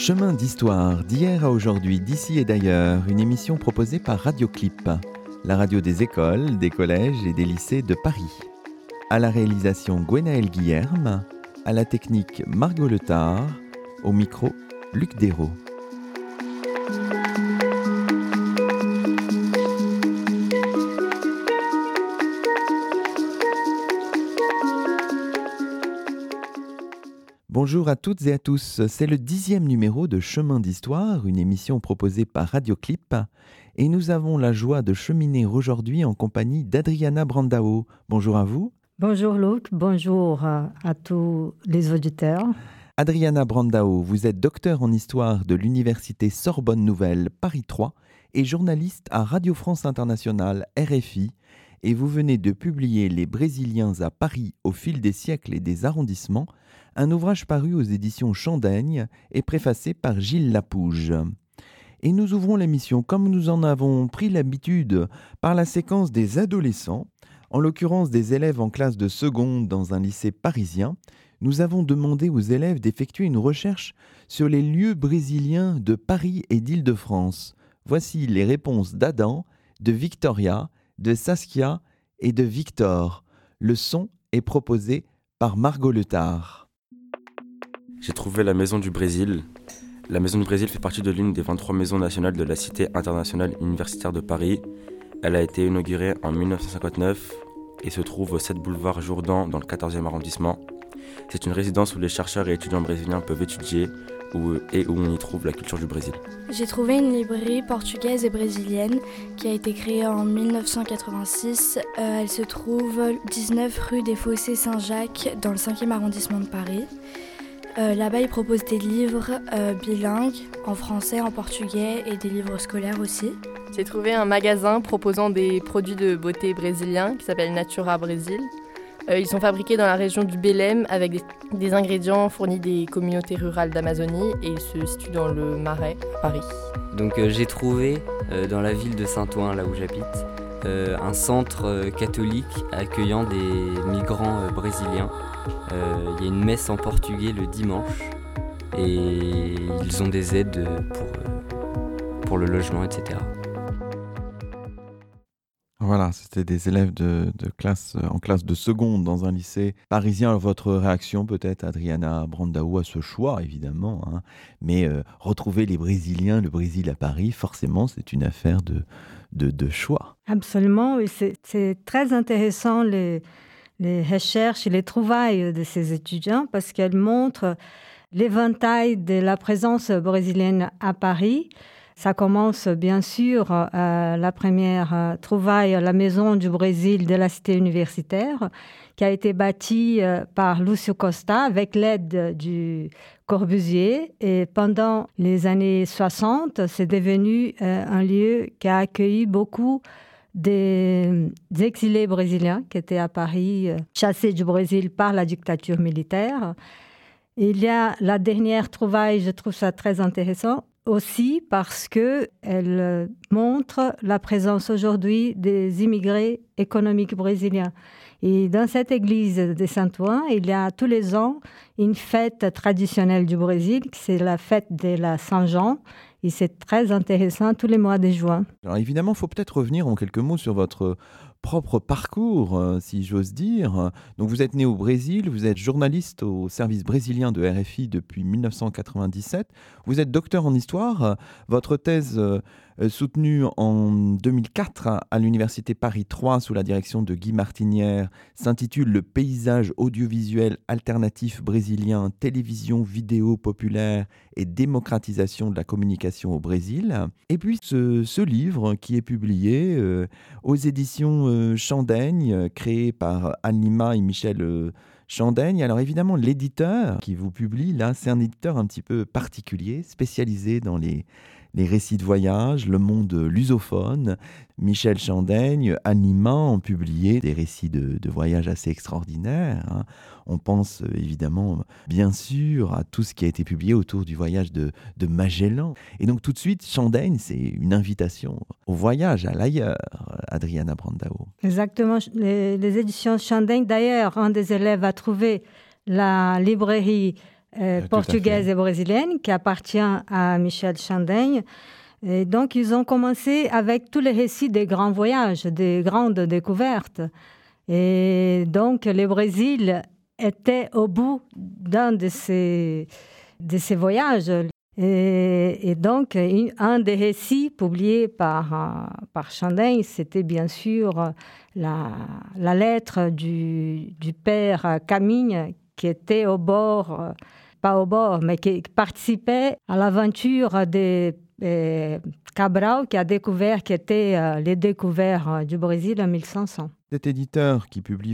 Chemin d'histoire, d'hier à aujourd'hui, d'ici et d'ailleurs, une émission proposée par Radioclip, la radio des écoles, des collèges et des lycées de Paris. À la réalisation Gwenaël Guilherme, à la technique Margot Letard, au micro Luc Dérault. Bonjour à toutes et à tous, c'est le 10e numéro de Chemin d'Histoire, une émission proposée par Radioclip, et nous avons la joie de cheminer aujourd'hui en compagnie d'Adriana Brandao. Bonjour à vous. Bonjour Luc, bonjour à tous les auditeurs. Adriana Brandao, vous êtes docteur en histoire de l'Université Sorbonne Nouvelle Paris 3 et journaliste à Radio France Internationale RFI, et vous venez de publier Les Brésiliens à Paris au fil des siècles et des arrondissements, un ouvrage paru aux éditions Chandaigne et préfacé par Gilles Lapouge. Et nous ouvrons l'émission, comme nous en avons pris l'habitude, par la séquence des adolescents, en l'occurrence des élèves en classe de seconde dans un lycée parisien. Nous avons demandé aux élèves d'effectuer une recherche sur les lieux brésiliens de Paris et d'Île-de-France. Voici les réponses d'Adam, de Victoria, de Saskia et de Victor. Le son est proposé par Margot Letard. J'ai trouvé la Maison du Brésil. La Maison du Brésil fait partie de l'une des 23 maisons nationales de la Cité internationale universitaire de Paris. Elle a été inaugurée en 1959 et se trouve au 7 boulevard Jourdan dans le 14e arrondissement. C'est une résidence où les chercheurs et étudiants brésiliens peuvent étudier et où on y trouve la culture du Brésil. J'ai trouvé une librairie portugaise et brésilienne qui a été créée en 1986. Elle se trouve 19 rue des Fossés Saint-Jacques dans le 5e arrondissement de Paris. Là-bas, ils proposent des livres bilingues, en français, en portugais et des livres scolaires aussi. J'ai trouvé un magasin proposant des produits de beauté brésiliens qui s'appelle Natura Brésil. Ils sont fabriqués dans la région du Belém avec des ingrédients fournis des communautés rurales d'Amazonie et ils se situent dans le Marais, à Paris. Donc j'ai trouvé dans la ville de Saint-Ouen, là où j'habite, un centre catholique accueillant des migrants brésiliens. Il y a une messe en portugais le dimanche et ils ont des aides pour le logement, etc. Voilà, c'était des élèves en classe de seconde dans un lycée parisien. Alors, votre réaction peut-être, Adriana Brandao, à ce choix, évidemment. Mais retrouver les Brésiliens, le Brésil à Paris, forcément, c'est une affaire de choix. Absolument, oui, c'est très intéressant les recherches et les trouvailles de ces étudiants parce qu'elles montrent l'éventail de la présence brésilienne à Paris. Ça commence bien sûr la première trouvaille, la Maison du Brésil de la Cité universitaire, qui a été bâtie par Lúcio Costa avec l'aide du Corbusier. Et pendant les années 60, c'est devenu un lieu qui a accueilli beaucoup des exilés brésiliens qui étaient à Paris, chassés du Brésil par la dictature militaire. Il y a la dernière trouvaille, je trouve ça très intéressant, aussi parce qu'elle montre la présence aujourd'hui des immigrés économiques brésiliens. Et dans cette église de Saint-Ouen, il y a tous les ans une fête traditionnelle du Brésil, c'est la fête de la Saint-Jean. Et c'est très intéressant tous les mois de juin. Alors évidemment, il faut peut-être revenir en quelques mots sur votre propre parcours, si j'ose dire. Donc vous êtes né au Brésil, vous êtes journaliste au service brésilien de RFI depuis 1997. Vous êtes docteur en histoire. Votre thèse soutenue en 2004 à l'Université Paris 3 sous la direction de Guy Martinière s'intitule « Le paysage audiovisuel alternatif brésilien, télévision, vidéo populaire et démocratisation de la communication au Brésil ». Et puis ce livre qui est publié aux éditions Chandaigne, créé par Anne Lima et Michel Chandaigne. Alors évidemment, l'éditeur qui vous publie là, c'est un éditeur un petit peu particulier, spécialisé dans les récits de voyage, le monde lusophone. Michel Chandaigne, Anne Lima ont publié des récits de voyage assez extraordinaires. On pense évidemment, bien sûr, à tout ce qui a été publié autour du voyage de Magellan. Et donc tout de suite, Chandaigne, c'est une invitation au voyage, à l'ailleurs, Adriana Brandao. Exactement, les éditions Chandaigne. D'ailleurs, un des élèves a trouvé la librairie portugaise et brésilienne qui appartient à Michel Chandaigne. Et donc, ils ont commencé avec tous les récits des grands voyages, des grandes découvertes. Et donc, le Brésil était au bout d'un de ces voyages. Et donc, un des récits publiés par Chandaigne, c'était bien sûr la lettre du père Camille qui était au bord, pas au bord, mais qui participait à l'aventure de Cabral, qui était les découvertes du Brésil en 1500. Cet éditeur qui publie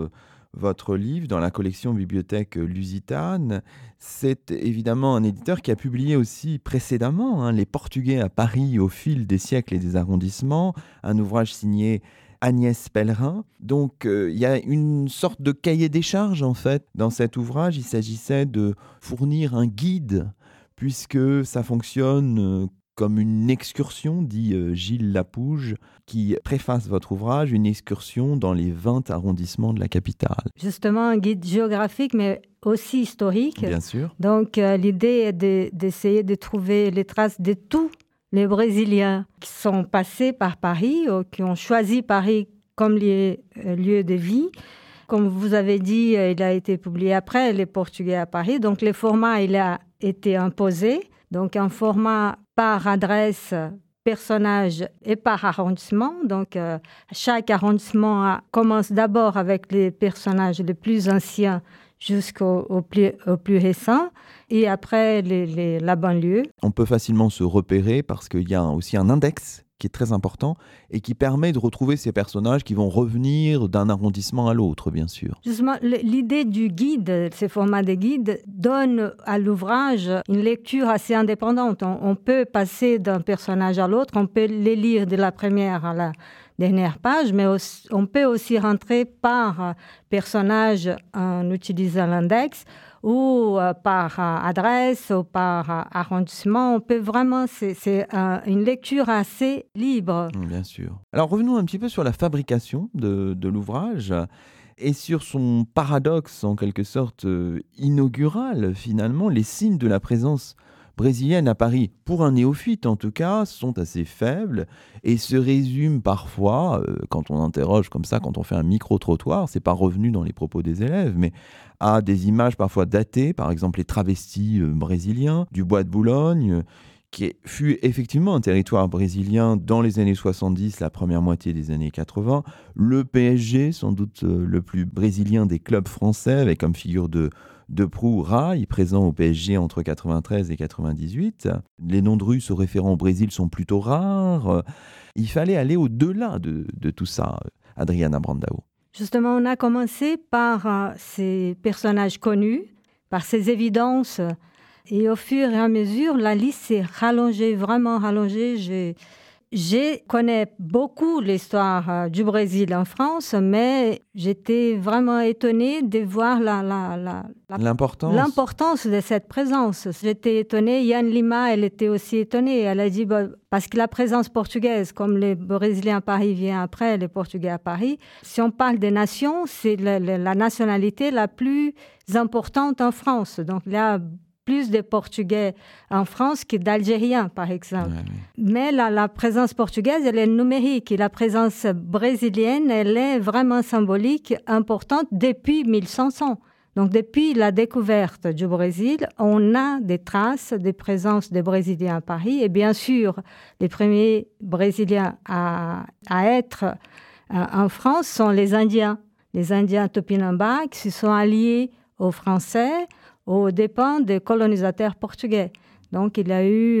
votre livre dans la collection Bibliothèque Lusitane, c'est évidemment un éditeur qui a publié aussi précédemment Les Portugais à Paris au fil des siècles et des arrondissements, un ouvrage signé Agnès Pellerin. Donc il y a une sorte de cahier des charges en fait dans cet ouvrage. Il s'agissait de fournir un guide puisque ça fonctionne comme une excursion, dit Gilles Lapouge, qui préface votre ouvrage, une excursion dans les 20 arrondissements de la capitale. Justement, un guide géographique, mais aussi historique. Bien sûr. Donc, l'idée est d'essayer de trouver les traces de tous les Brésiliens qui sont passés par Paris ou qui ont choisi Paris comme lieu de vie. Comme vous avez dit, il a été publié après Les Portugais à Paris. Donc, le format, il a été imposé. Donc, un format par adresse, personnage et par arrondissement. Donc, chaque arrondissement commence d'abord avec les personnages les plus anciens jusqu'au plus récent et après la banlieue. On peut facilement se repérer parce qu'il y a aussi un index qui est très important et qui permet de retrouver ces personnages qui vont revenir d'un arrondissement à l'autre, bien sûr. Justement, l'idée du guide, ce format de guide, donne à l'ouvrage une lecture assez indépendante. On peut passer d'un personnage à l'autre, on peut les lire de la première à la dernière page, mais on peut aussi rentrer par personnage en utilisant l'index ou par adresse ou par arrondissement. On peut vraiment, c'est une lecture assez libre. Bien sûr. Alors revenons un petit peu sur la fabrication de l'ouvrage et sur son paradoxe en quelque sorte inaugural finalement. Les signes de la présence brésilienne à Paris, pour un néophyte en tout cas, sont assez faibles et se résument parfois, quand on interroge comme ça, quand on fait un micro-trottoir, c'est pas revenu dans les propos des élèves, mais à des images parfois datées, par exemple les travestis brésiliens, du bois de Boulogne, qui fut effectivement un territoire brésilien dans les années 70, la première moitié des années 80. Le PSG, sans doute le plus brésilien des clubs français, avec comme figure de proue Rai, présent au PSG entre 93 et 98. Les noms de rues se référant au Brésil sont plutôt rares. Il fallait aller au-delà de tout ça, Adriana Brandão. Justement, on a commencé par ces personnages connus, par ces évidences. Et au fur et à mesure, la liste s'est rallongée, vraiment rallongée. Je connais beaucoup l'histoire du Brésil en France, mais j'étais vraiment étonnée de voir l'importance de cette présence. J'étais étonnée. Yann Lima, elle était aussi étonnée. Elle a dit, parce que la présence portugaise, comme les Brésiliens à Paris vient après, les Portugais à Paris, si on parle des nations, c'est la nationalité la plus importante en France. Donc là, plus de Portugais en France que d'Algériens, par exemple. Ouais. Mais la présence portugaise, elle est numérique. Et la présence brésilienne, elle est vraiment symbolique, importante depuis 1500. Donc, depuis la découverte du Brésil, on a des traces de présence des Brésiliens à Paris. Et bien sûr, les premiers Brésiliens à être en France sont les Indiens. Les Indiens Tupinambá qui se sont alliés aux Français aux dépens des colonisateurs portugais. Donc, il y a eu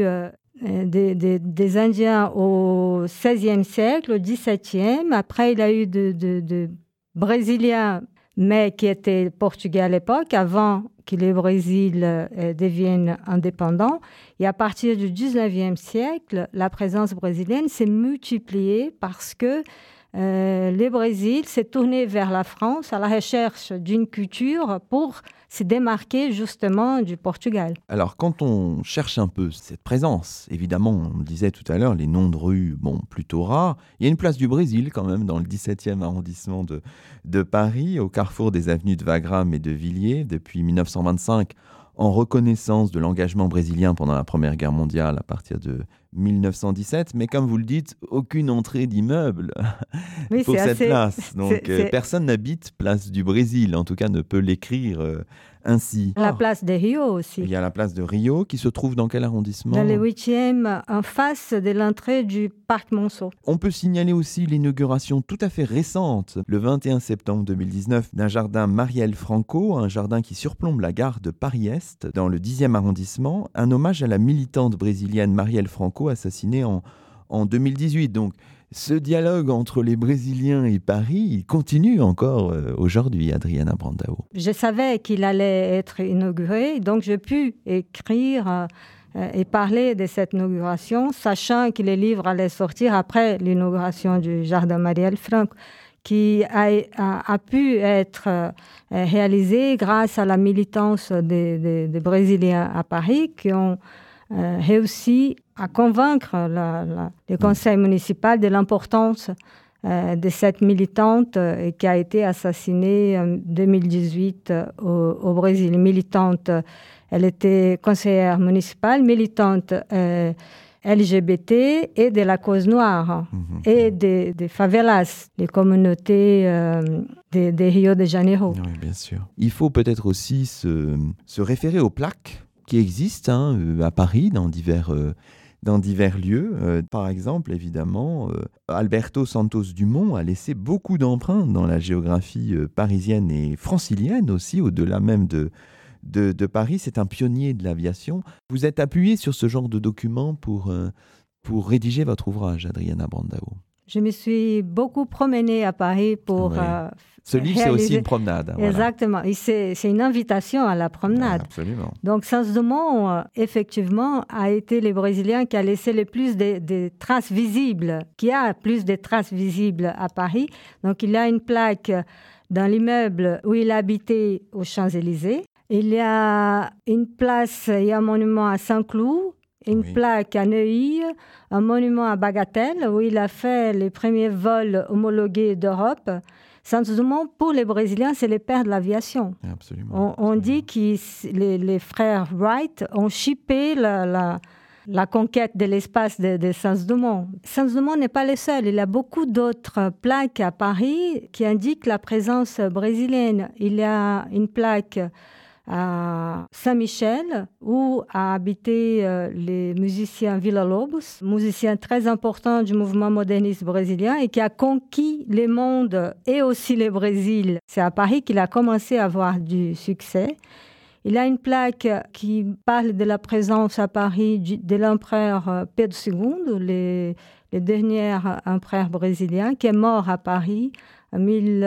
des Indiens au XVIe siècle, au XVIIe. Après, il y a eu de Brésiliens, mais qui étaient portugais à l'époque, avant que le Brésil devienne indépendant. Et à partir du XIXe siècle, la présence brésilienne s'est multipliée parce que le Brésil s'est tourné vers la France à la recherche d'une culture pour se démarquer justement du Portugal. Alors quand on cherche un peu cette présence, évidemment, on le disait tout à l'heure, les noms de rues, plutôt rares. Il y a une place du Brésil quand même dans le 17e arrondissement de Paris, au carrefour des avenues de Wagram et de Villiers. Depuis 1925, en reconnaissance de l'engagement brésilien pendant la Première Guerre mondiale à partir de 1917. Mais comme vous le dites, aucune entrée d'immeuble pour cette place. Donc personne n'habite place du Brésil, en tout cas ne peut l'écrire ainsi. La place de Rio aussi. Il y a la place de Rio qui se trouve dans quel arrondissement ? Dans le 8e, en face de l'entrée du parc Monceau. On peut signaler aussi l'inauguration tout à fait récente, le 21 septembre 2019, d'un jardin Marielle Franco, un jardin qui surplombe la gare de Paris-Est, dans le 10e arrondissement, un hommage à la militante brésilienne Marielle Franco, assassinée en 2018. Donc, ce dialogue entre les Brésiliens et Paris, il continue encore aujourd'hui, Adriana Brandao. Je savais qu'il allait être inauguré, donc j'ai pu écrire et parler de cette inauguration, sachant que les livres allaient sortir après l'inauguration du jardin Marielle Franco, qui a pu être réalisé grâce à la militance des Brésiliens à Paris, qui ont réussi à convaincre le conseil municipal de l'importance de cette militante qui a été assassinée en 2018 au Brésil. Militante, elle était conseillère municipale, militante LGBT et de la cause noire et des favelas, les communautés de Rio de Janeiro. Oui, bien sûr. Il faut peut-être aussi se référer aux plaques qui existent à Paris dans divers lieux. Par exemple, évidemment, Alberto Santos Dumont a laissé beaucoup d'empreintes dans la géographie parisienne et francilienne aussi, au-delà même de Paris. C'est un pionnier de l'aviation. Vous êtes appuyé sur ce genre de documents pour rédiger votre ouvrage, Adriana Brandao. Je me suis beaucoup promenée à Paris pour ce livre, c'est aussi une promenade. Exactement. Voilà. Et c'est une invitation à la promenade. Absolument. Donc, Santos Dumont, effectivement, a été le Brésilien qui a laissé le plus de traces visibles, qui a plus de traces visibles à Paris. Donc, il y a une plaque dans l'immeuble où il habitait aux Champs-Élysées. Il y a une place, il y a un monument à Saint-Cloud, une plaque à Neuilly, un monument à Bagatelle, où il a fait les premiers vols homologués d'Europe. Santos Dumont, pour les Brésiliens, c'est le père de l'aviation. Absolument. On dit que les frères Wright ont chippé la conquête de l'espace de Santos Dumont. Santos Dumont n'est pas le seul. Il y a beaucoup d'autres plaques à Paris qui indiquent la présence brésilienne. Il y a une plaque à Saint-Michel, où a habité les musiciens Villa-Lobos, musicien très important du mouvement moderniste brésilien et qui a conquis le monde et aussi le Brésil. C'est à Paris qu'il a commencé à avoir du succès. Il a une plaque qui parle de la présence à Paris de l'empereur Pedro II, le dernier empereur brésilien, qui est mort à Paris en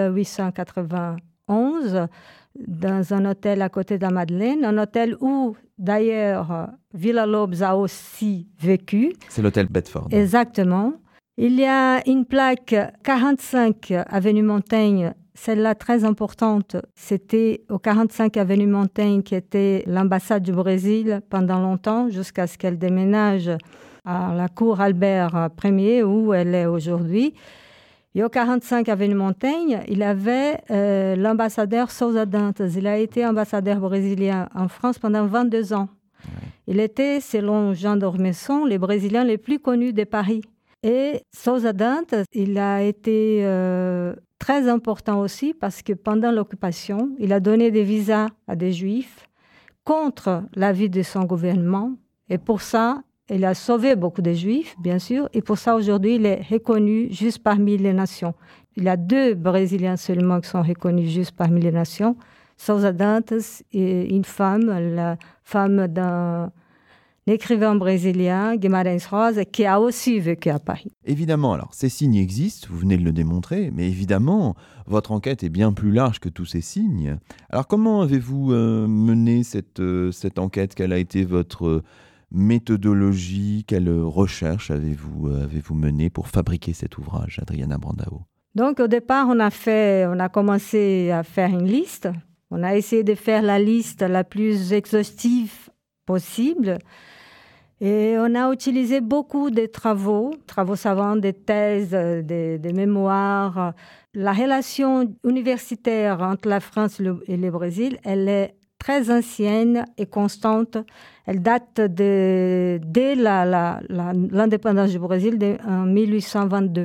1891. Dans un hôtel à côté de la Madeleine, un hôtel où, d'ailleurs, Villa-Lobos a aussi vécu. C'est l'hôtel Bedford. Exactement. Il y a une plaque 45 avenue Montaigne, celle-là très importante. C'était au 45 avenue Montaigne qui était l'ambassade du Brésil pendant longtemps, jusqu'à ce qu'elle déménage à la cour Albert Ier, où elle est aujourd'hui. Et au 45 avenue Montaigne, il avait l'ambassadeur Sousa Dantas. Il a été ambassadeur brésilien en France pendant 22 ans. Ouais. Il était, selon Jean d'Ormesson, les Brésiliens les plus connus de Paris. Et Sousa Dantas, il a été très important aussi parce que pendant l'occupation, il a donné des visas à des Juifs contre l'avis de son gouvernement. Et pour ça, il a sauvé beaucoup de Juifs, bien sûr, et pour ça, aujourd'hui, il est reconnu juste parmi les nations. Il y a 2 Brésiliens seulement qui sont reconnus juste parmi les nations. Sousa Dantas et une femme, la femme d'un écrivain brésilien, Guimarães Rosa, qui a aussi vécu à Paris. Évidemment, alors, ces signes existent, vous venez de le démontrer, mais évidemment, votre enquête est bien plus large que tous ces signes. Alors, comment avez-vous mené cette enquête? Quelle a été votre méthodologie, quelle recherche avez-vous mené pour fabriquer cet ouvrage, Adriana Brandao? Donc au départ, on a commencé à faire une liste. On a essayé de faire la liste la plus exhaustive possible. Et on a utilisé beaucoup de travaux savants, des thèses, des mémoires. La relation universitaire entre la France et le Brésil, elle est très ancienne et constante. Elle date dès l'indépendance du Brésil en 1822.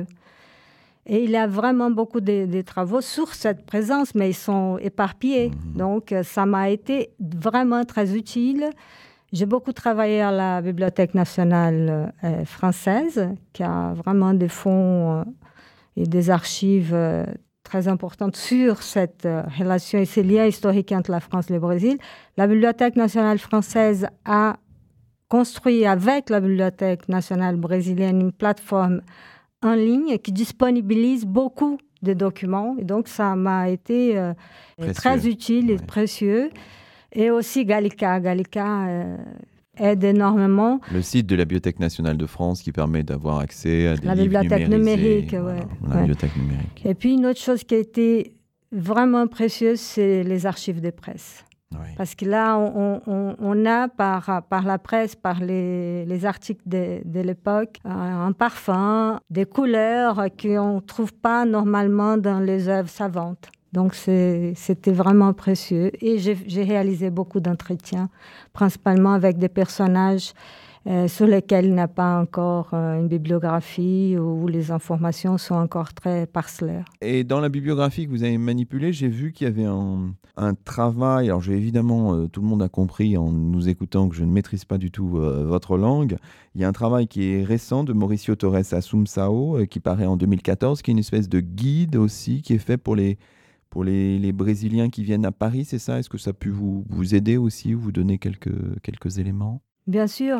Et il y a vraiment beaucoup de travaux sur cette présence, mais ils sont éparpillés. Donc, ça m'a été vraiment très utile. J'ai beaucoup travaillé à la Bibliothèque nationale française, qui a vraiment des fonds et des archives très importantes sur cette relation et ces liens historiques entre la France et le Brésil. La Bibliothèque nationale française a construit avec la Bibliothèque nationale brésilienne une plateforme en ligne qui disponibilise beaucoup de documents. Et donc, ça m'a été très utile et précieux. Et aussi Gallica. Gallica aide énormément. Le site de la Bibliothèque nationale de France qui permet d'avoir accès à des la livres bibliothèque numérique. Voilà, la bibliothèque numérique. Et puis, une autre chose qui a été vraiment précieuse, c'est les archives de presse. Oui. Parce que là, on a par la presse, par les articles de l'époque, un parfum, des couleurs qu'on ne trouve pas normalement dans les œuvres savantes. Donc, c'était vraiment précieux. Et j'ai réalisé beaucoup d'entretiens, principalement avec des personnages sur lesquels il n'y a pas encore une bibliographie où les informations sont encore très parcellaires. Et dans la bibliographie que vous avez manipulée, j'ai vu qu'il y avait un travail. Alors, évidemment, tout le monde a compris en nous écoutant que je ne maîtrise pas du tout votre langue. Il y a un travail qui est récent de Mauricio Torres Assumpção qui paraît en 2014, qui est une espèce de guide aussi, qui est fait pour les Brésiliens qui viennent à Paris, c'est ça? Est-ce que ça a pu vous aider aussi, vous donner quelques éléments? Bien sûr,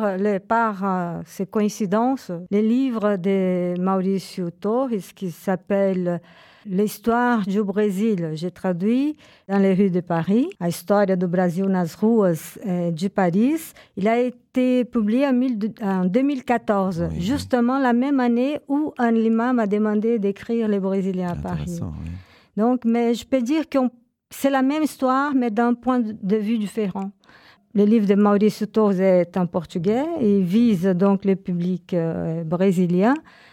par ces coïncidences, les livres de Mauricio Torres, qui s'appelle L'histoire du Brésil, j'ai traduit dans les rues de Paris, A história do Brasil nas ruas de Paris. Il a été publié en 2014, oui, justement la même année où Anne Lima m'a demandé d'écrire Les Brésiliens à Paris. Oui. Donc, mais je peux dire que c'est la même histoire, mais d'un point de vue différent. Le livre de Mauricio Torres est en portugais. Il vise donc le public brésilien.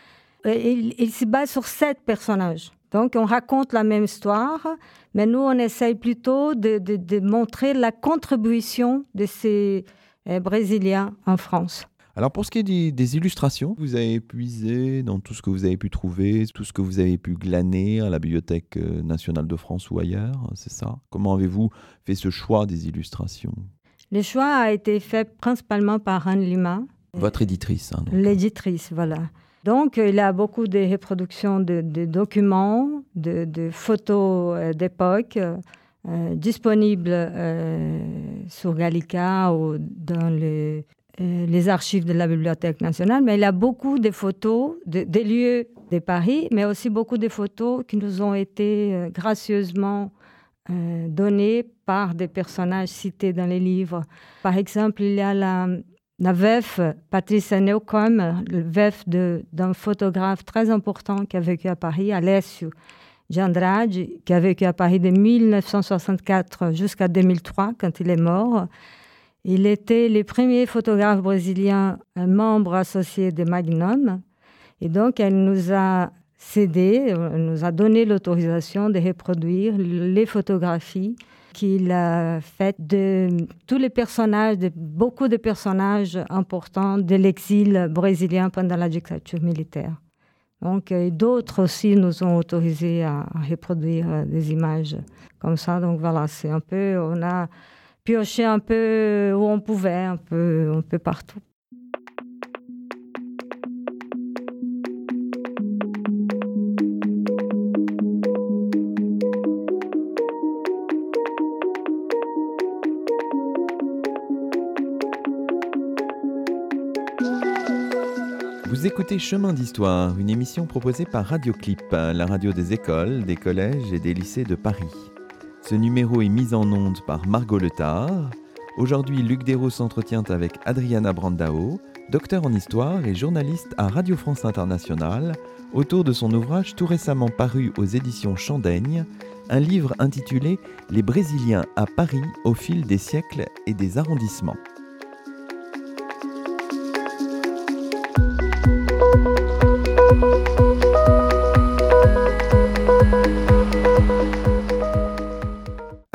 Il se base sur 7 personnages. Donc, on raconte la même histoire, mais nous, on essaye plutôt de montrer la contribution de ces Brésiliens en France. Alors, pour ce qui est des illustrations, vous avez puisé dans tout ce que vous avez pu trouver, tout ce que vous avez pu glaner à la Bibliothèque nationale de France ou ailleurs, c'est ça? Comment avez-vous fait ce choix des illustrations? Le choix a été fait principalement par Anne Lima. Votre éditrice. Hein, l'éditrice, voilà. Donc, il y a beaucoup de reproductions de documents, de photos d'époque disponibles sur Gallica ou dans les archives de la Bibliothèque nationale. Mais il y a beaucoup de photos des lieux de Paris, mais aussi beaucoup de photos qui nous ont été gracieusement données par des personnages cités dans les livres. Par exemple, il y a la veuve Patrícia Newcombe, le veuve d'un photographe très important qui a vécu à Paris, Alessio de Andrade, qui a vécu à Paris de 1964 jusqu'à 2003, quand il est mort. Il était le premier photographe brésilien membre associé de Magnum. Et donc, elle nous a cédé, elle nous a donné l'autorisation de reproduire les photographies qu'il a faites de tous les personnages, de beaucoup de personnages importants de l'exil brésilien pendant la dictature militaire. Donc, d'autres aussi nous ont autorisés à reproduire des images comme ça. Donc voilà, c'est un peu, on a pioché un peu où on pouvait, un peu partout. Vous écoutez Chemin d'Histoire, une émission proposée par Radioclip, la radio des écoles, des collèges et des lycées de Paris. Ce numéro est mis en onde par Margot Letard. Aujourd'hui, Luc Dérault s'entretient avec Adriana Brandao, docteur en histoire et journaliste à Radio France Internationale, autour de son ouvrage tout récemment paru aux éditions Chandaigne, un livre intitulé « Les Brésiliens à Paris au fil des siècles et des arrondissements ».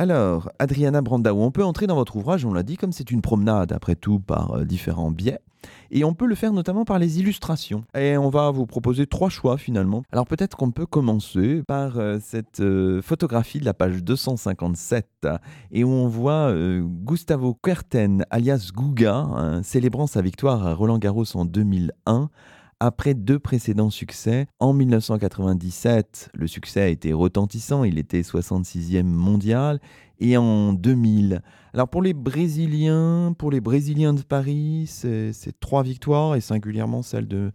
Alors, Adriana Brandao, on peut entrer dans votre ouvrage, on l'a dit, comme c'est une promenade, après tout, par différents biais. Et on peut le faire notamment par les illustrations. Et on va vous proposer 3 choix finalement. Alors peut-être qu'on peut commencer par cette photographie de la page 257 et où on voit Gustavo Kuerten alias Guga, célébrant sa victoire à Roland-Garros en 2001. Après 2 précédents succès, en 1997, le succès a été retentissant, il était 66e mondial, et en 2000. Alors pour les Brésiliens de Paris, ces 3 victoires, et singulièrement celle de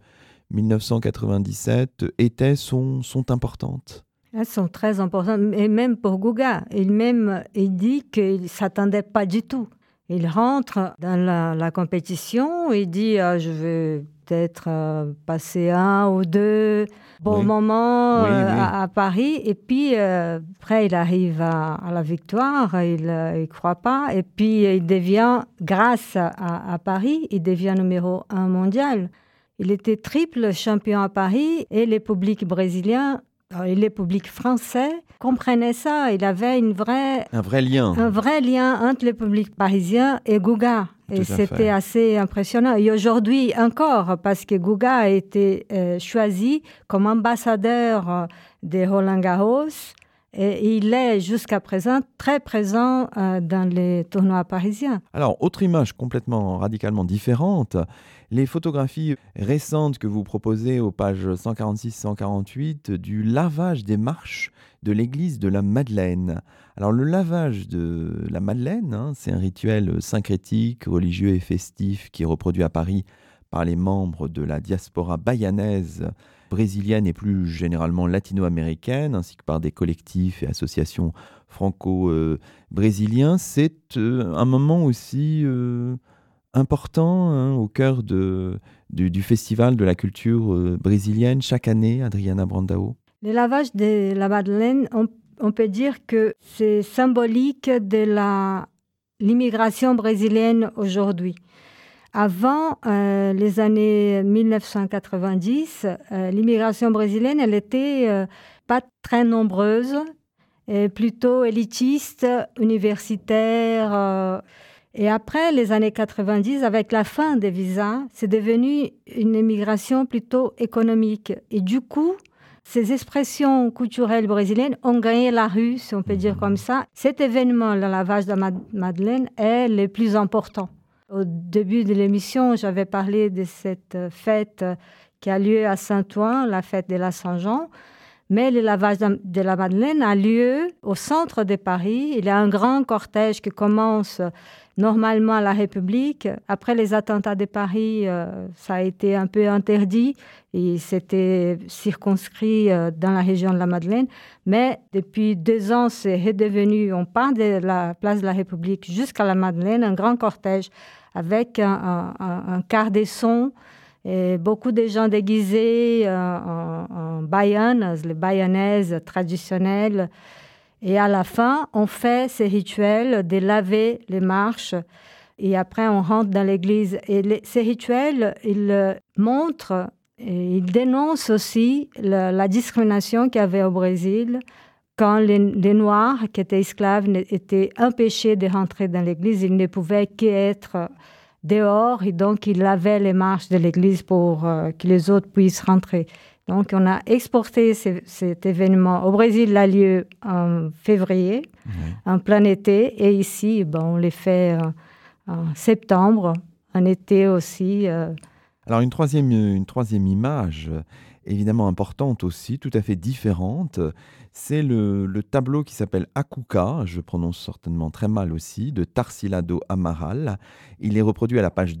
1997, sont importantes. Elles sont très importantes, et même pour Guga. Il dit qu'il ne s'attendait pas du tout. Il rentre dans la compétition, il dit je vais peut-être passer 1 ou 2 bons moments à Paris. Et puis après, il arrive à la victoire, il ne croit pas. Et puis il devient, grâce à Paris, il devient numéro 1 mondial. Il était triple champion à Paris et les publics brésiliens et les publics français comprenaient ça. Il avait un vrai lien entre le public parisien et Guga. Et c'était assez impressionnant. Et aujourd'hui encore, parce que Guga a été choisi comme ambassadeur de Roland-Garros, et il est jusqu'à présent très présent dans les tournois parisiens. Alors, autre image radicalement différente, les photographies récentes que vous proposez aux pages 146-148 du lavage des marches de l'église de la Madeleine. Alors, le lavage de la Madeleine, c'est un rituel syncrétique, religieux et festif qui est reproduit à Paris par les membres de la diaspora bayanaise brésilienne et plus généralement latino-américaine, ainsi que par des collectifs et associations franco-brésiliens. C'est un moment aussi important au cœur du festival de la culture brésilienne chaque année, Adriana Brandao. Le lavage de la Madeleine, on peut dire que c'est symbolique de l'immigration brésilienne aujourd'hui. Avant les années 1990, l'immigration brésilienne, elle était pas très nombreuse, et plutôt élitiste, universitaire. Et après les années 90, avec la fin des visas, c'est devenu une immigration plutôt économique. Et du coup, ces expressions culturelles brésiliennes ont gagné la rue, si on peut dire comme ça. Cet événement, le lavage de la Madeleine, est le plus important. Au début de l'émission, j'avais parlé de cette fête qui a lieu à Saint-Ouen, la fête de la Saint-Jean. Mais le lavage de la Madeleine a lieu au centre de Paris. Il y a un grand cortège qui commence normalement à la République. Après les attentats de Paris, ça a été un peu interdit et c'était circonscrit dans la région de la Madeleine. Mais depuis 2 ans, c'est redevenu, on part de la place de la République jusqu'à la Madeleine, un grand cortège avec un quart des sons. Et beaucoup de gens déguisés en baianas, les baianaises traditionnelles. Et à la fin, on fait ces rituels de laver les marches. Et après, on rentre dans l'église. Et ces rituels, ils montrent et ils dénoncent aussi la discrimination qu'il y avait au Brésil quand les Noirs, qui étaient esclaves, étaient empêchés de rentrer dans l'église. Ils ne pouvaient qu'être dehors, et donc ils lavaient les marches de l'église pour que les autres puissent rentrer. Donc on a exporté cet événement. Au Brésil, il a lieu en février, en plein été, et ici, on les fait en septembre, en été aussi. Alors une troisième image, évidemment importante aussi, tout à fait différente, c'est le tableau qui s'appelle Akuka, je prononce certainement très mal aussi, de Tarsila do Amaral. Il est reproduit à la page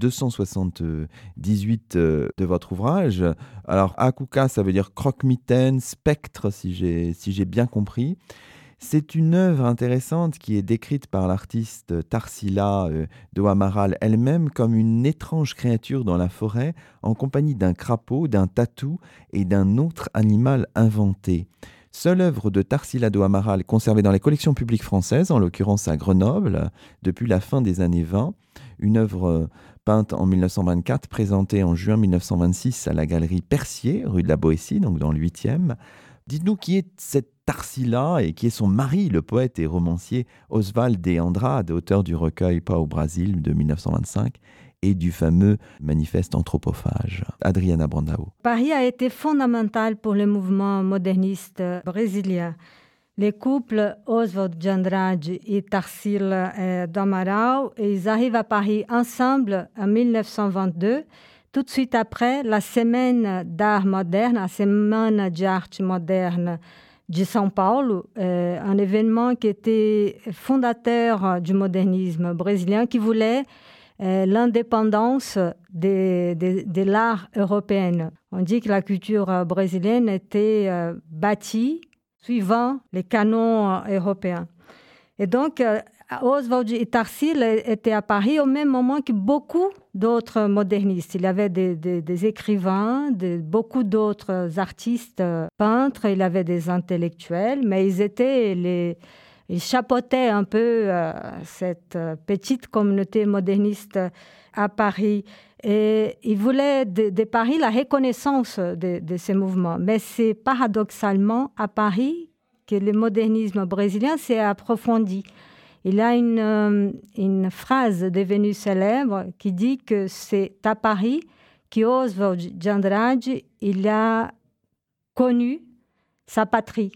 278 de votre ouvrage. Alors Akuka, ça veut dire croque-mitaine, spectre, si j'ai bien compris. C'est une œuvre intéressante qui est décrite par l'artiste Tarsila do Amaral elle-même comme une étrange créature dans la forêt en compagnie d'un crapaud, d'un tatou et d'un autre animal inventé. Seule œuvre de Tarsila do Amaral conservée dans les collections publiques françaises, en l'occurrence à Grenoble, depuis la fin des années 20. Une œuvre peinte en 1924, présentée en juin 1926 à la galerie Percier, rue de la Boétie, donc dans le 8e, Dites-nous qui est cette Tarsila et qui est son mari, le poète et romancier Oswald de Andrade, auteur du recueil Pas au Brésil de 1925 et du fameux manifeste anthropophage. Adriana Brandão. Paris a été fondamental pour le mouvement moderniste brésilien. Les couples Oswald de Andrade et Tarsila do Amaral, ils arrivent à Paris ensemble en 1922. Tout de suite après, la Semaine d'art moderne, la Semana de arte moderne de São Paulo, un événement qui était fondateur du modernisme brésilien, qui voulait l'indépendance de l'art européen. On dit que la culture brésilienne était bâtie suivant les canons européens. Et donc, Oswald et Tarsila étaient à Paris au même moment que beaucoup d'autres modernistes. Il y avait des écrivains, beaucoup d'autres artistes, peintres, il y avait des intellectuels, mais ils chapeautaient un peu cette petite communauté moderniste à Paris. Et ils voulaient de Paris la reconnaissance de ces mouvements. Mais c'est paradoxalement à Paris que le modernisme brésilien s'est approfondi. Il y a une phrase devenue célèbre qui dit que c'est à Paris qu'Oswald de Andrade il a connu sa patrie,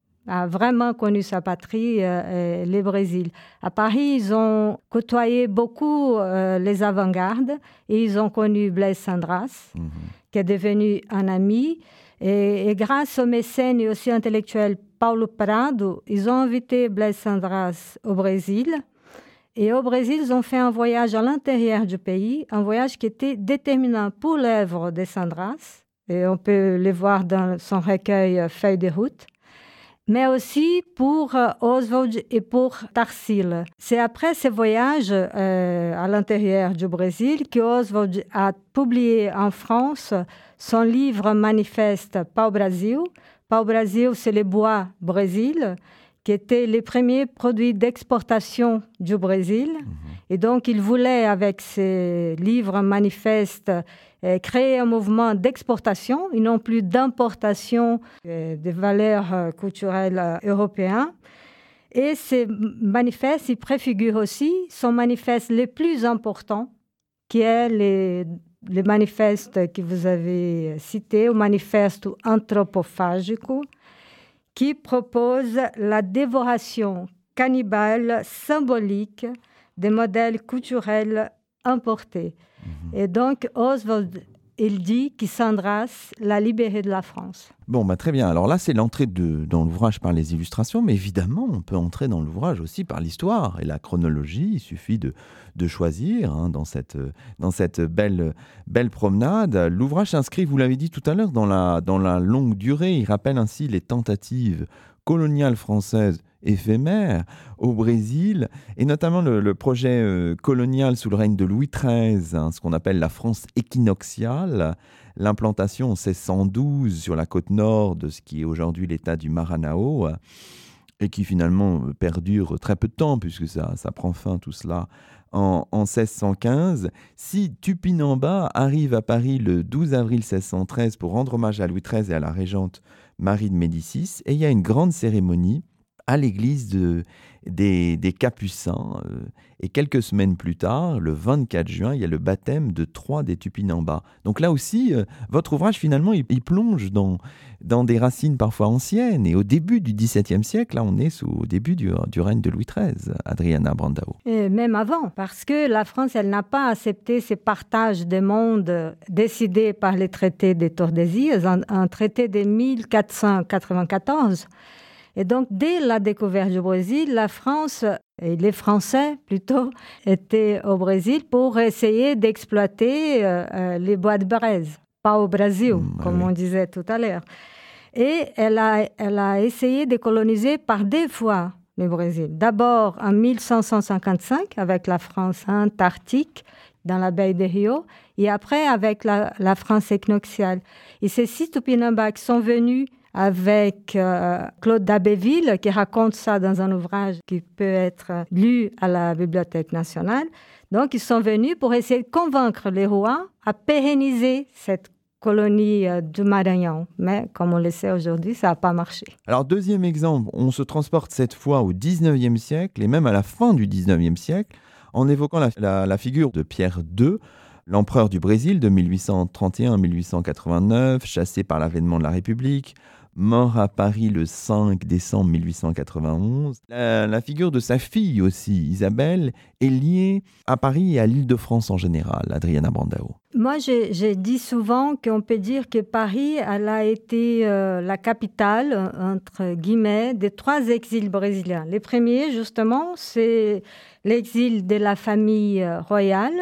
a vraiment connu sa patrie, le Brésil. À Paris, ils ont côtoyé beaucoup les avant-gardes et ils ont connu Blaise Cendrasse, qui est devenu un ami. Et grâce aux mécènes et aussi intellectuels Paulo Prado, ils ont invité Blaise Cendrasse au Brésil. Et au Brésil, ils ont fait un voyage à l'intérieur du pays, un voyage qui était déterminant pour l'œuvre de Cendrasse. Et on peut le voir dans son recueil Feuilles de route. Mais aussi pour Oswald et pour Tarsila. C'est après ce voyage à l'intérieur du Brésil qu'Oswald a publié en France son livre manifeste Pau Brasil. Pau Brasil, c'est le bois Brésil, qui était le premier produit d'exportation du Brésil. Et donc, il voulait, avec ce livre manifeste, créer un mouvement d'exportation et non plus d'importation des valeurs culturelles européennes. Et ce manifeste, il préfigure aussi son manifeste le plus important, qui est le manifeste que vous avez cité, le manifeste anthropophagico, qui propose la dévoration cannibale symbolique des modèles culturels importés. Et donc, Oswald, il dit que Cendrasse l'a libéré de la France. Bon, très bien. Alors là, c'est l'entrée dans l'ouvrage par les illustrations, mais évidemment, on peut entrer dans l'ouvrage aussi par l'histoire et la chronologie. Il suffit de choisir dans cette belle promenade. L'ouvrage s'inscrit, vous l'avez dit tout à l'heure, dans la longue durée. Il rappelle ainsi les tentatives coloniales françaises éphémères au Brésil, et notamment le projet colonial sous le règne de Louis XIII, ce qu'on appelle la France équinoxiale, l'implantation en 1612 sur la côte nord de ce qui est aujourd'hui l'état du Maranhão, et qui finalement perdure très peu de temps, puisque ça prend fin tout cela en 1615. Si Tupinamba arrive à Paris le 12 avril 1613 pour rendre hommage à Louis XIII et à la régente Marie de Médicis, et il y a une grande cérémonie à l'église des Capucins. Et quelques semaines plus tard, le 24 juin, il y a le baptême de 3 des Tupinambas. Donc là aussi, votre ouvrage, finalement, il plonge dans des racines parfois anciennes. Et au début du XVIIe siècle, là, on est au début du règne de Louis XIII, Adriana Brandão. Et même avant, parce que la France, elle n'a pas accepté ces partages de monde décidés par les traités des Tordesillas, un traité de 1494. Et donc, dès la découverte du Brésil, la France, et les Français plutôt, étaient au Brésil pour essayer d'exploiter les bois de braise, pas au Brésil, comme on disait tout à l'heure. Et elle a essayé de coloniser par 2 fois le Brésil. D'abord en 1555 avec la France antarctique dans la baie de Rio, et après avec la France équinoxiale. Et ces 6 Tupinambas qui sont venus avec Claude d'Abbeville, qui raconte ça dans un ouvrage qui peut être lu à la Bibliothèque nationale. Donc, ils sont venus pour essayer de convaincre les rois à pérenniser cette colonie du Maranhão. Mais comme on le sait aujourd'hui, ça n'a pas marché. Alors, deuxième exemple, on se transporte cette fois au 19e siècle et même à la fin du 19e siècle en évoquant la figure de Pierre II, l'empereur du Brésil de 1831 à 1889, chassé par l'avènement de la République, mort à Paris le 5 décembre 1891. La figure de sa fille aussi, Isabelle, est liée à Paris et à l'Île-de-France en général, Adriana Brandão. Moi, j'ai dit souvent qu'on peut dire que Paris elle a été la capitale, entre guillemets, des 3 exils brésiliens. Les premiers, justement, c'est l'exil de la famille royale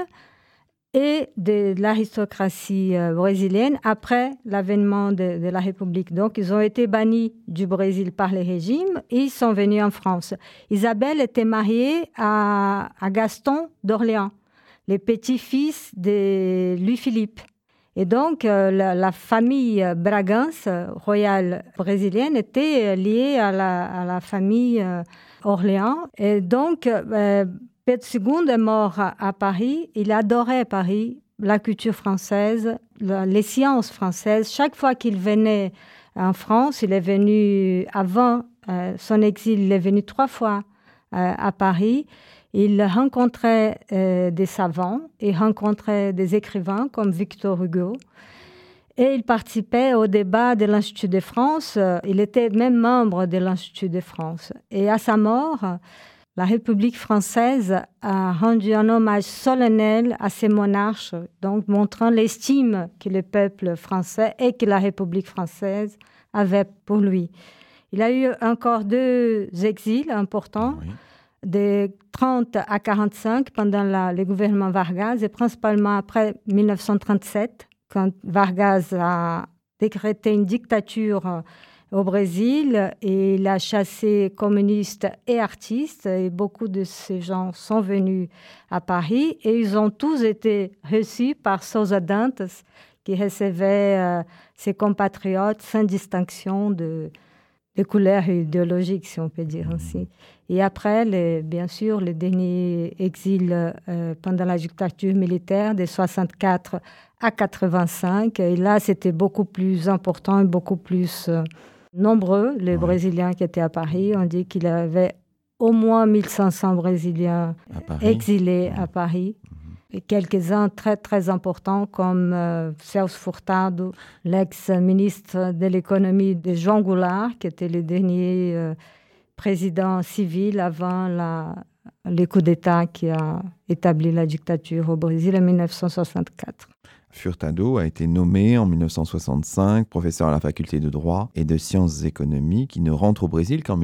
et de l'aristocratie brésilienne après l'avènement de la République. Donc, ils ont été bannis du Brésil par les régimes et ils sont venus en France. Isabelle était mariée à Gaston d'Orléans, le petit-fils de Louis-Philippe. Et donc, la famille Bragança, royale brésilienne, était liée à la famille Orléans. Et donc, Pierre II est mort à Paris. Il adorait Paris, la culture française, les sciences françaises. Chaque fois qu'il venait en France, il est venu, avant son exil, il est venu 3 fois à Paris. Il rencontrait des savants, il rencontrait des écrivains comme Victor Hugo. Et il participait au débat de l'Institut de France. Il était même membre de l'Institut de France. Et à sa mort, la République française a rendu un hommage solennel à ses monarches, donc montrant l'estime que le peuple français et que la République française avait pour lui. Il a eu encore 2 exils importants, de 30 à 45 pendant le gouvernement Vargas et principalement après 1937, quand Vargas a décrété une dictature au Brésil et il a chassé communistes et artistes et beaucoup de ces gens sont venus à Paris et ils ont tous été reçus par Sousa Dantas qui recevait ses compatriotes sans distinction de couleurs idéologiques, si on peut dire ainsi. Et après, bien sûr, le dernier exil pendant la dictature militaire de 64 à 85. Et là, c'était beaucoup plus important et beaucoup plus nombreux, les Brésiliens qui étaient à Paris. On dit qu'il y avait au moins 1500 Brésiliens exilés à Paris. Et quelques-uns très, très importants comme Celso Furtado, l'ex-ministre de l'économie de João Goulart, qui était le dernier président civil avant le coup d'État qui a établi la dictature au Brésil en 1964. Furtado a été nommé en 1965 professeur à la faculté de droit et de sciences économiques. Il ne rentre au Brésil qu'en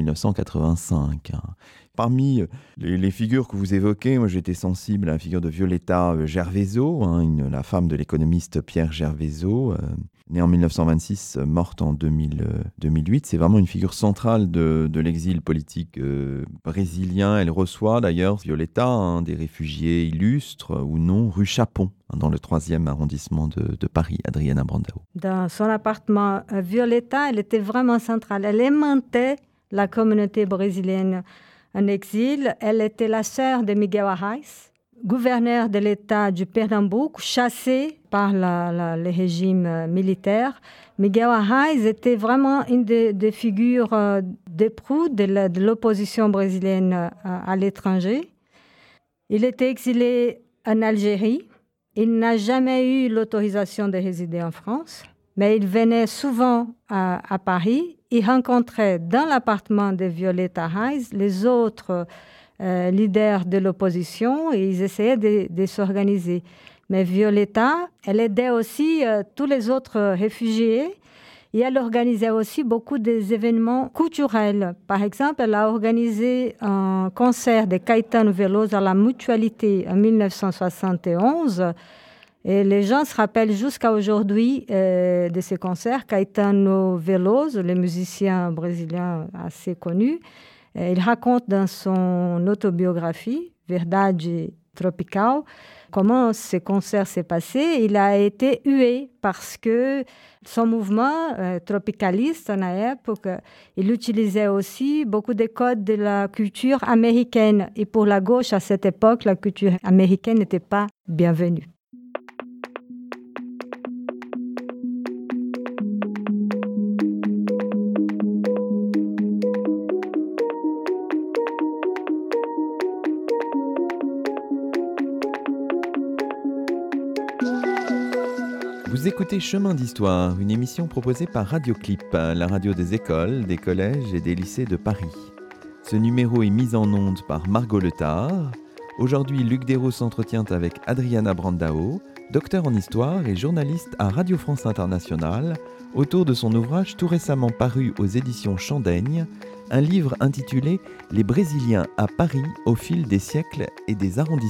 1985. Parmi les figures que vous évoquez, moi j'étais sensible à la figure de Violeta Gervaisaux, la femme de l'économiste Pierre Gervaisaux, née en 1926, morte en 2008. C'est vraiment une figure centrale de l'exil politique brésilien. Elle reçoit d'ailleurs, Violeta, des réfugiés illustres ou non, rue Chapon, dans le 3e arrondissement de Paris, Adriana Brandão. Dans son appartement, Violeta, elle était vraiment centrale. Elle aimantait la communauté brésilienne en exil. Elle était la sœur de Miguel Arraes, gouverneur de l'État du Pernambouc, chassé par le régime militaire. Miguel Arraes était vraiment une des figures d'éproux de l'opposition brésilienne à l'étranger. Il était exilé en Algérie. Il n'a jamais eu l'autorisation de résider en France, mais il venait souvent à Paris. Il rencontrait dans l'appartement de Violeta Arraes les autres leaders de l'opposition et ils essayaient de s'organiser. Mais Violeta, elle aidait aussi tous les autres réfugiés et elle organisait aussi beaucoup d'événements culturels. Par exemple, elle a organisé un concert de Caetano Veloso à la Mutualité en 1971. Et les gens se rappellent jusqu'à aujourd'hui de ce concert. Caetano Veloso, le musicien brésilien assez connu, il raconte dans son autobiographie, Verdade Tropical, comment ce concert s'est passé. Il a été hué parce que son mouvement tropicaliste, à l'époque, il utilisait aussi beaucoup de codes de la culture américaine. Et pour la gauche, à cette époque, la culture américaine n'était pas bienvenue. Vous écoutez Chemin d'Histoire, une émission proposée par Radioclip, la radio des écoles, des collèges et des lycées de Paris. Ce numéro est mis en onde par Margot Letard. Aujourd'hui, Luc Desros s'entretient avec Adriana Brandao, docteur en histoire et journaliste à Radio France Internationale, autour de son ouvrage tout récemment paru aux éditions Chandaigne, un livre intitulé « Les Brésiliens à Paris au fil des siècles et des arrondissements ».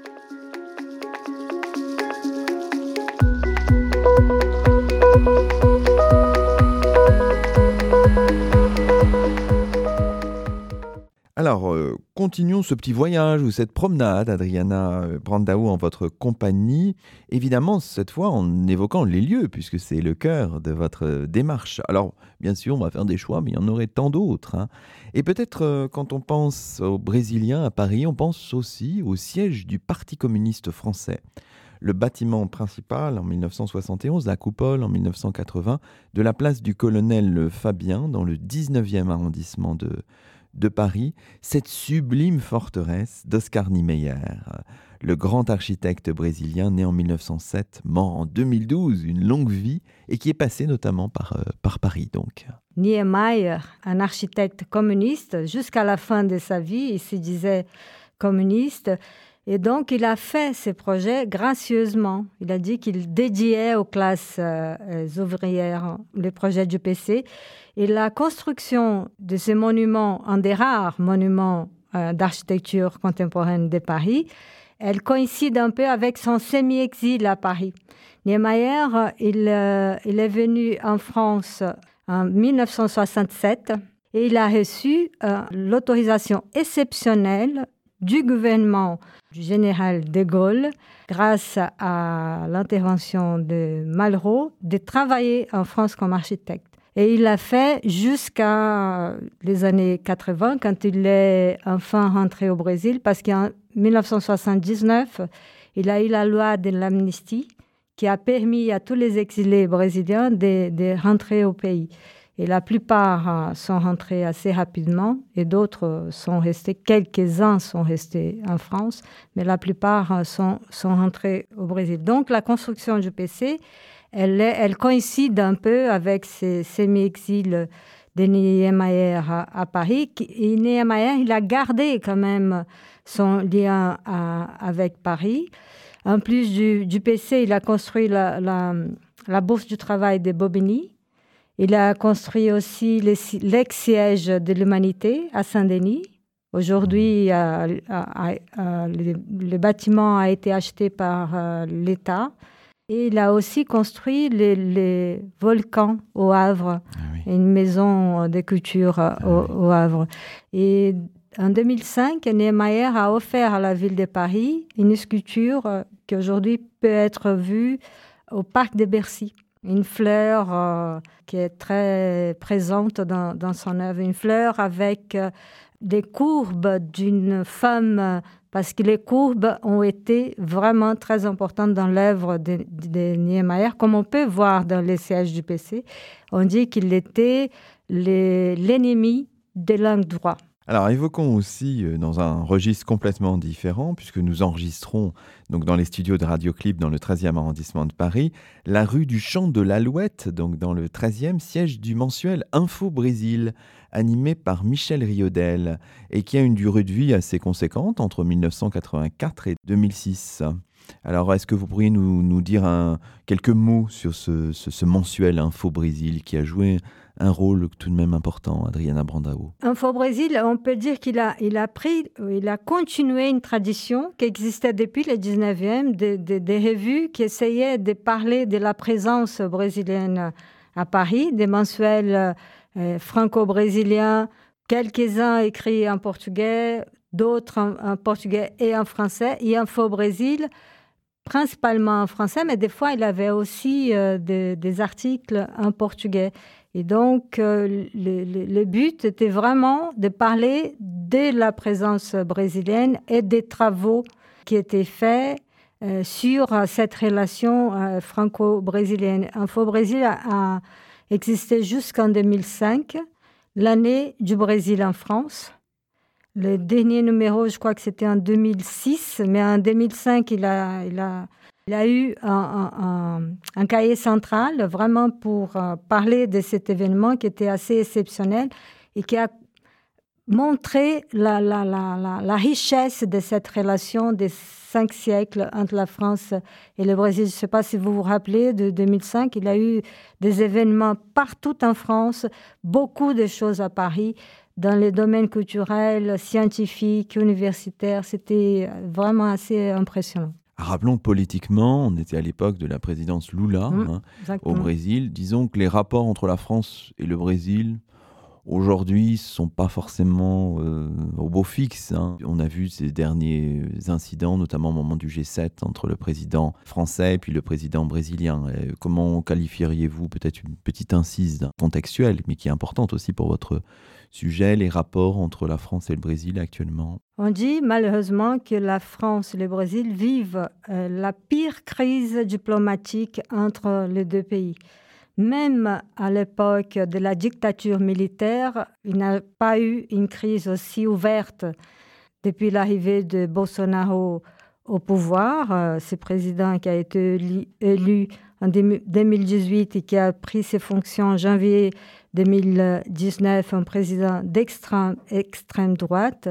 Alors, continuons ce petit voyage ou cette promenade, Adriana Brandao, en votre compagnie. Évidemment, cette fois en évoquant les lieux, puisque c'est le cœur de votre démarche. Alors, bien sûr, on va faire des choix, mais il y en aurait tant d'autres. Hein. Et peut-être, quand on pense aux Brésiliens à Paris, on pense aussi au siège du Parti communiste français. Le bâtiment principal en 1971, la coupole en 1980, de la place du colonel Fabien, dans le 19e arrondissement de Paris, cette sublime forteresse d'Oscar Niemeyer, le grand architecte brésilien né en 1907, mort en 2012, une longue vie, et qui est passé notamment par Paris donc. Niemeyer, un architecte communiste, jusqu'à la fin de sa vie, il se disait communiste, et donc il a fait ses projets gracieusement. Il a dit qu'il dédiait aux classes ouvrières les projets du PC. Et la construction de ces monuments, un des rares monuments d'architecture contemporaine de Paris, elle coïncide un peu avec son semi-exil à Paris. Niemeyer, il est venu en France en 1967 et il a reçu l'autorisation exceptionnelle du gouvernement du général de Gaulle, grâce à l'intervention de Malraux, de travailler en France comme architecte. Et il l'a fait jusqu'à les années 80, quand il est enfin rentré au Brésil, parce qu'en 1979, il a eu la loi de l'amnistie qui a permis à tous les exilés brésiliens de rentrer au pays. Et la plupart sont rentrés assez rapidement et d'autres sont restés, quelques-uns sont restés en France, mais la plupart sont rentrés au Brésil. Donc la construction du PC, elle coïncide un peu avec ces semi-exils de Niemeyer à Paris. Et Niemeyer, il a gardé quand même son lien avec Paris. En plus du PC, il a construit la Bourse du travail de Bobigny. Il a construit aussi l'ex-siège de l'Humanité à Saint-Denis. Aujourd'hui, le bâtiment a été acheté par l'État. Et il a aussi construit les volcans au Havre, une maison de culture au Havre. Et en 2005, Niemeyer a offert à la ville de Paris une sculpture qui aujourd'hui peut être vue au parc de Bercy. Une fleur qui est très présente dans son œuvre, une fleur avec des courbes d'une femme, parce que les courbes ont été vraiment très importantes dans l'œuvre de Niemeyer, comme on peut voir dans les sièges du PC. On dit qu'il était l'ennemi des langues droites. Alors évoquons aussi, dans un registre complètement différent, puisque nous enregistrons donc dans les studios de Radioclip dans le 13e arrondissement de Paris, la rue du Champ de l'Alouette, donc dans le 13e, siège du mensuel Info Brésil, animé par Michel Riodel, et qui a une durée de vie assez conséquente, entre 1984 et 2006. Alors, est-ce que vous pourriez nous dire quelques mots sur ce mensuel Info Brésil qui a joué un rôle tout de même important, Adriana Brandao? Info Brésil, on peut dire qu'il a continué une tradition qui existait depuis le 19e, des revues qui essayaient de parler de la présence brésilienne à Paris, des mensuels franco-brésiliens, quelques-uns écrits en portugais, d'autres en portugais et en français, et Info Brésil, principalement en français, mais des fois, il avait aussi des articles en portugais. Et donc, le but était vraiment de parler de la présence brésilienne et des travaux qui étaient faits sur cette relation franco-brésilienne. Info Brésil a existé jusqu'en 2005, l'année du Brésil en France. Le dernier numéro, je crois que c'était en 2006, mais en 2005, il a Il y a eu un cahier central vraiment pour parler de cet événement qui était assez exceptionnel et qui a montré la richesse de cette relation des 5 siècles entre la France et le Brésil. Je ne sais pas si vous vous rappelez, de 2005, il y a eu des événements partout en France, beaucoup de choses à Paris, dans les domaines culturels, scientifiques, universitaires. C'était vraiment assez impressionnant. Rappelons politiquement, on était à l'époque de la présidence Lula au Brésil. Disons que les rapports entre la France et le Brésil, aujourd'hui, ne sont pas forcément au beau fixe. On a vu ces derniers incidents, notamment au moment du G7, entre le président français et puis le président brésilien. Comment qualifieriez-vous, peut-être une petite incise contextuelle, mais qui est importante aussi pour votre sujet, les rapports entre la France et le Brésil actuellement? On dit malheureusement que la France et le Brésil vivent la pire crise diplomatique entre les deux pays. Même à l'époque de la dictature militaire, il n'y a pas eu une crise aussi ouverte depuis l'arrivée de Bolsonaro au pouvoir. Ce président qui a été élu en 2018 et qui a pris ses fonctions en janvier 2019, un président d'extrême droite.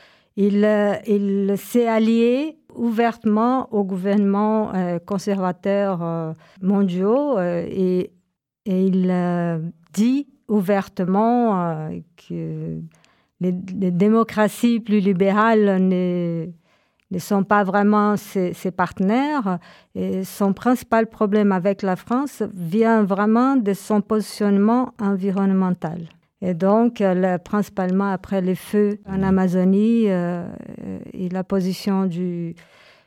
Il s'est allié ouvertement aux gouvernements conservateurs mondiaux et il dit ouvertement que les démocraties plus libérales ne sont pas vraiment ses partenaires. Et son principal problème avec la France vient vraiment de son positionnement environnemental. Et donc, principalement après les feux en Amazonie et la position du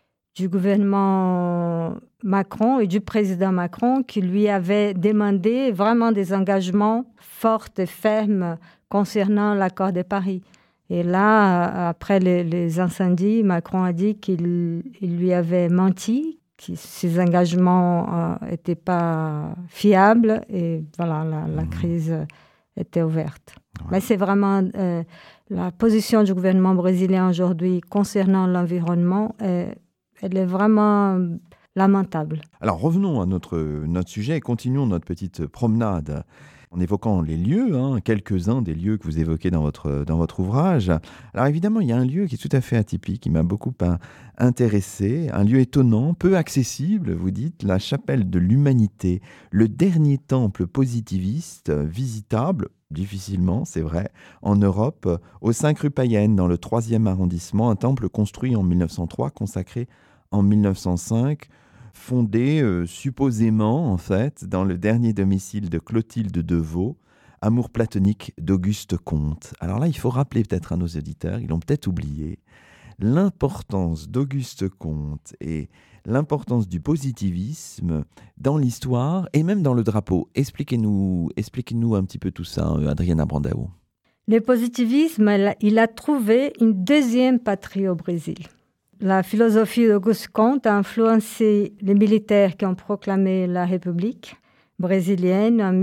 gouvernement Macron et du président Macron qui lui avait demandé vraiment des engagements forts et fermes concernant l'accord de Paris. Et là, après les incendies, Macron a dit qu'il lui avait menti, que ces engagements n'étaient pas fiables et voilà, la crise était ouverte. Ouais. Mais c'est vraiment la position du gouvernement brésilien aujourd'hui concernant l'environnement, elle est vraiment lamentable. Alors revenons à notre sujet et continuons notre petite promenade en évoquant les lieux, quelques-uns des lieux que vous évoquez dans votre ouvrage. Alors évidemment, il y a un lieu qui est tout à fait atypique, qui m'a beaucoup intéressé, un lieu étonnant, peu accessible, vous dites, la chapelle de l'Humanité, le dernier temple positiviste visitable, difficilement, c'est vrai, en Europe, aux 5 rue Payenne, dans le 3e arrondissement, un temple construit en 1903, consacré en 1905, fondé supposément, en fait, dans le dernier domicile de Clotilde de Vaux, amour platonique d'Auguste Comte. Alors là, il faut rappeler peut-être à nos auditeurs, ils l'ont peut-être oublié, l'importance d'Auguste Comte et l'importance du positivisme dans l'histoire et même dans le drapeau. Expliquez-nous un petit peu tout ça, Adriana Brandão. Le positivisme, il a trouvé une deuxième patrie au Brésil. La philosophie d'Auguste Comte a influencé les militaires qui ont proclamé la République brésilienne en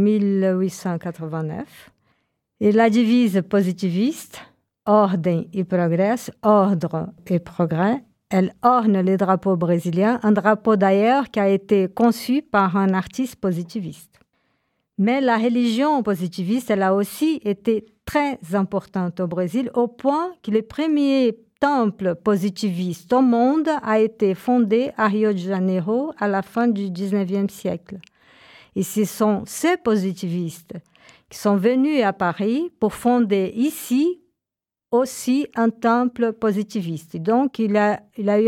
1889. Et la devise positiviste, ordem et progrès, ordre et progrès, elle orne le drapeau brésilien, un drapeau d'ailleurs qui a été conçu par un artiste positiviste. Mais la religion positiviste, elle a aussi été très importante au Brésil, au point que le premier temple positiviste au monde a été fondé à Rio de Janeiro à la fin du 19e siècle. Et ce sont ces positivistes qui sont venus à Paris pour fonder ici aussi un temple positiviste. Et donc, il a eu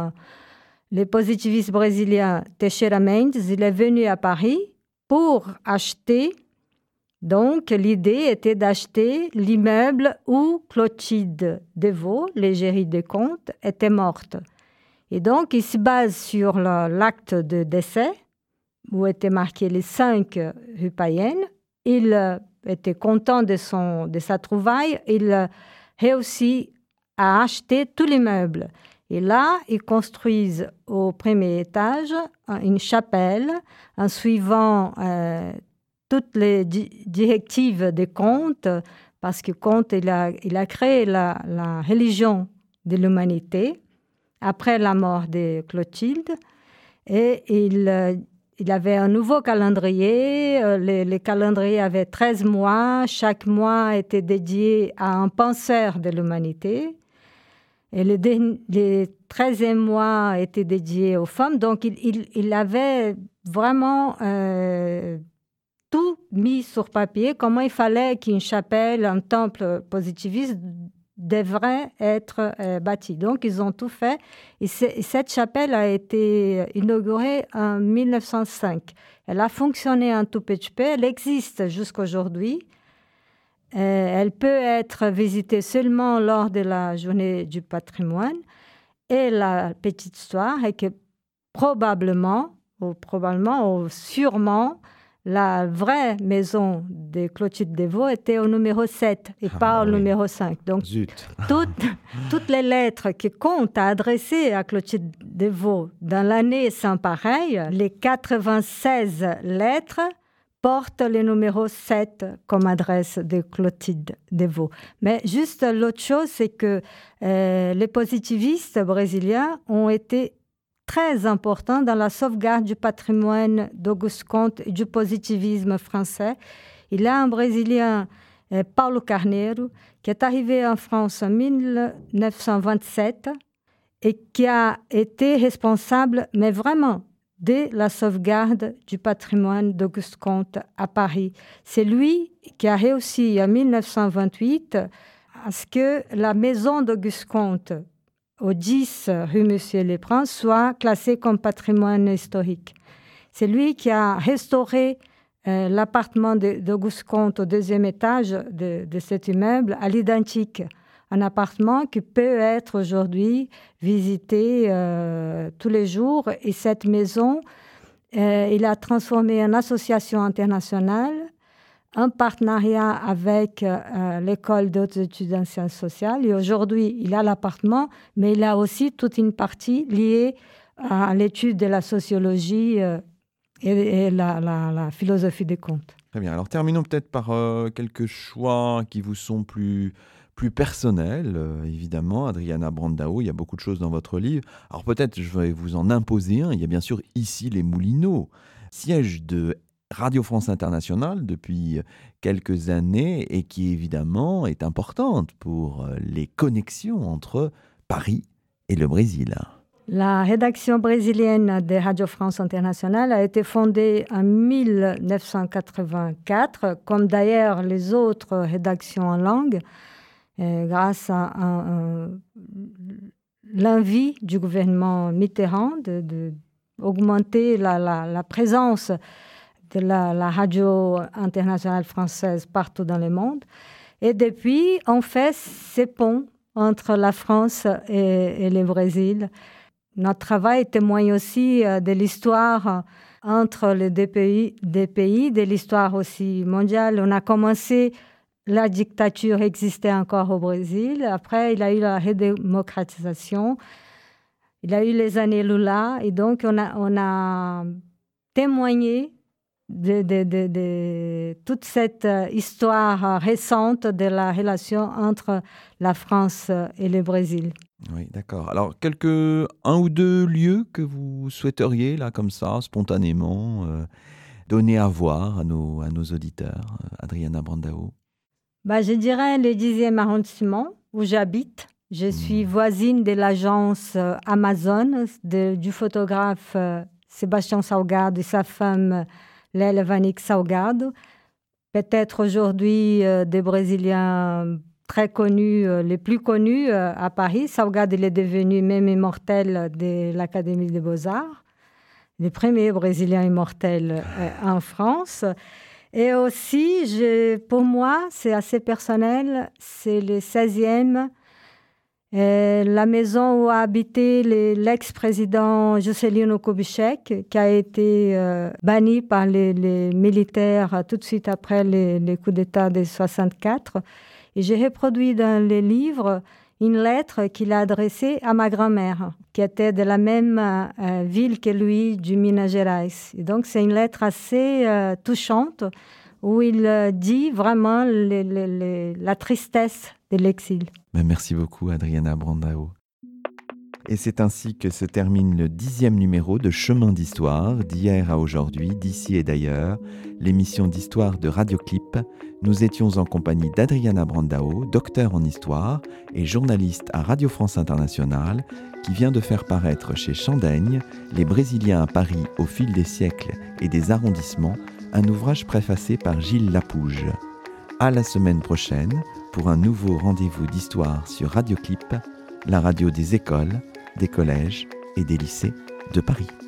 le positiviste brésilien Teixeira Mendes, il est venu à Paris pour acheter. Donc, l'idée était d'acheter l'immeuble où Clotilde de Vaux, l'égérie de Comte, était morte. Et donc, il se base sur l'acte de décès, où étaient marqués les 5 rue Payenne. Il était content de sa trouvaille. Il réussit à acheter tout l'immeuble. Et là, ils construisent au premier étage une chapelle en suivant toutes les directives de Comte, parce que Comte il a créé la religion de l'humanité après la mort de Clotilde. Et il avait un nouveau calendrier. Les calendriers avaient 13 mois. Chaque mois était dédié à un penseur de l'humanité. Et les 13e mois étaient dédiés aux femmes. Donc, il avait vraiment tout mis sur papier, comment il fallait qu'une chapelle, un temple positiviste devrait être bâti. Donc, ils ont tout fait. Et cette chapelle a été inaugurée en 1905. Elle a fonctionné un tout petit peu. Elle existe jusqu'aujourd'hui. Elle peut être visitée seulement lors de la journée du patrimoine. Et la petite histoire est que probablement, ou sûrement, la vraie maison de Clotilde Devaux était au numéro 7 et pas au numéro 5. Donc, toutes les lettres que Comte a adressées à Clotilde Devaux dans l'année sans pareil, les 96 lettres portent le numéro 7 comme adresse de Clotilde Devaux. Mais juste l'autre chose, c'est que les positivistes brésiliens ont été très important dans la sauvegarde du patrimoine d'Auguste Comte et du positivisme français. Il y a un Brésilien, Paulo Carneiro, qui est arrivé en France en 1927 et qui a été responsable, mais vraiment, de la sauvegarde du patrimoine d'Auguste Comte à Paris. C'est lui qui a réussi en 1928 à ce que la maison d'Auguste Comte au 10 rue Monsieur-les-Princes soit classé comme patrimoine historique. C'est lui qui a restauré l'appartement d'Auguste Comte au 2e étage de cet immeuble à l'identique. Un appartement qui peut être aujourd'hui visité tous les jours. Et cette maison, il a transformé en association internationale, un partenariat avec l'école d'autres études en sciences sociales. Et aujourd'hui, il a l'appartement, mais il a aussi toute une partie liée à l'étude de la sociologie et la philosophie des contes. Très bien. Alors, terminons peut-être par quelques choix qui vous sont plus personnels, évidemment. Adriana Brandao, il y a beaucoup de choses dans votre livre. Alors, peut-être, je vais vous en imposer un. Il y a bien sûr ici les Moulineaux, siège de Radio France Internationale depuis quelques années et qui évidemment est importante pour les connexions entre Paris et le Brésil. La rédaction brésilienne de Radio France Internationale a été fondée en 1984, comme d'ailleurs les autres rédactions en langue, grâce à l'envie du gouvernement Mitterrand d'augmenter la présence de la radio internationale française partout dans le monde. Et depuis, on fait ces ponts entre la France et le Brésil. Notre travail témoigne aussi de l'histoire entre les deux pays, de l'histoire aussi mondiale. On a commencé, la dictature existait encore au Brésil. Après, il y a eu la redémocratisation. Il y a eu les années Lula. Et donc, on a témoigné de toute cette histoire récente de la relation entre la France et le Brésil. Oui, d'accord. Alors, un ou deux lieux que vous souhaiteriez, là, comme ça, spontanément, donner à voir à nos auditeurs, Adriana Brandao? Je dirais le 10e arrondissement où j'habite. Je suis voisine de l'agence Amazon du photographe Sébastien Salgado et sa femme Lélia Vanik Salgado. Peut-être aujourd'hui des Brésiliens très connus, les plus connus à Paris. Salgado, il est devenu même immortel de l'Académie des Beaux-Arts, le premier Brésilien immortel en France. Et aussi, pour moi, c'est assez personnel, c'est le 16e, la maison où a habité l'ex-président Juscelino Kubitschek, qui a été banni par les militaires tout de suite après les coups d'État de 1964. Et j'ai reproduit dans les livres une lettre qu'il a adressée à ma grand-mère, qui était de la même ville que lui, du Minas Gerais. Et donc, c'est une lettre assez touchante où il dit vraiment la tristesse de l'exil. Merci beaucoup, Adriana Brandao. Et c'est ainsi que se termine le 10e numéro de Chemin d'Histoire, d'hier à aujourd'hui, d'ici et d'ailleurs, l'émission d'histoire de Radioclip. Nous étions en compagnie d'Adriana Brandao, docteur en histoire et journaliste à Radio France Internationale, qui vient de faire paraître chez Chandaigne, Les Brésiliens à Paris au fil des siècles et des arrondissements, un ouvrage préfacé par Gilles Lapouge. À la semaine prochaine pour un nouveau rendez-vous d'histoire sur Radioclip, la radio des écoles, des collèges et des lycées de Paris.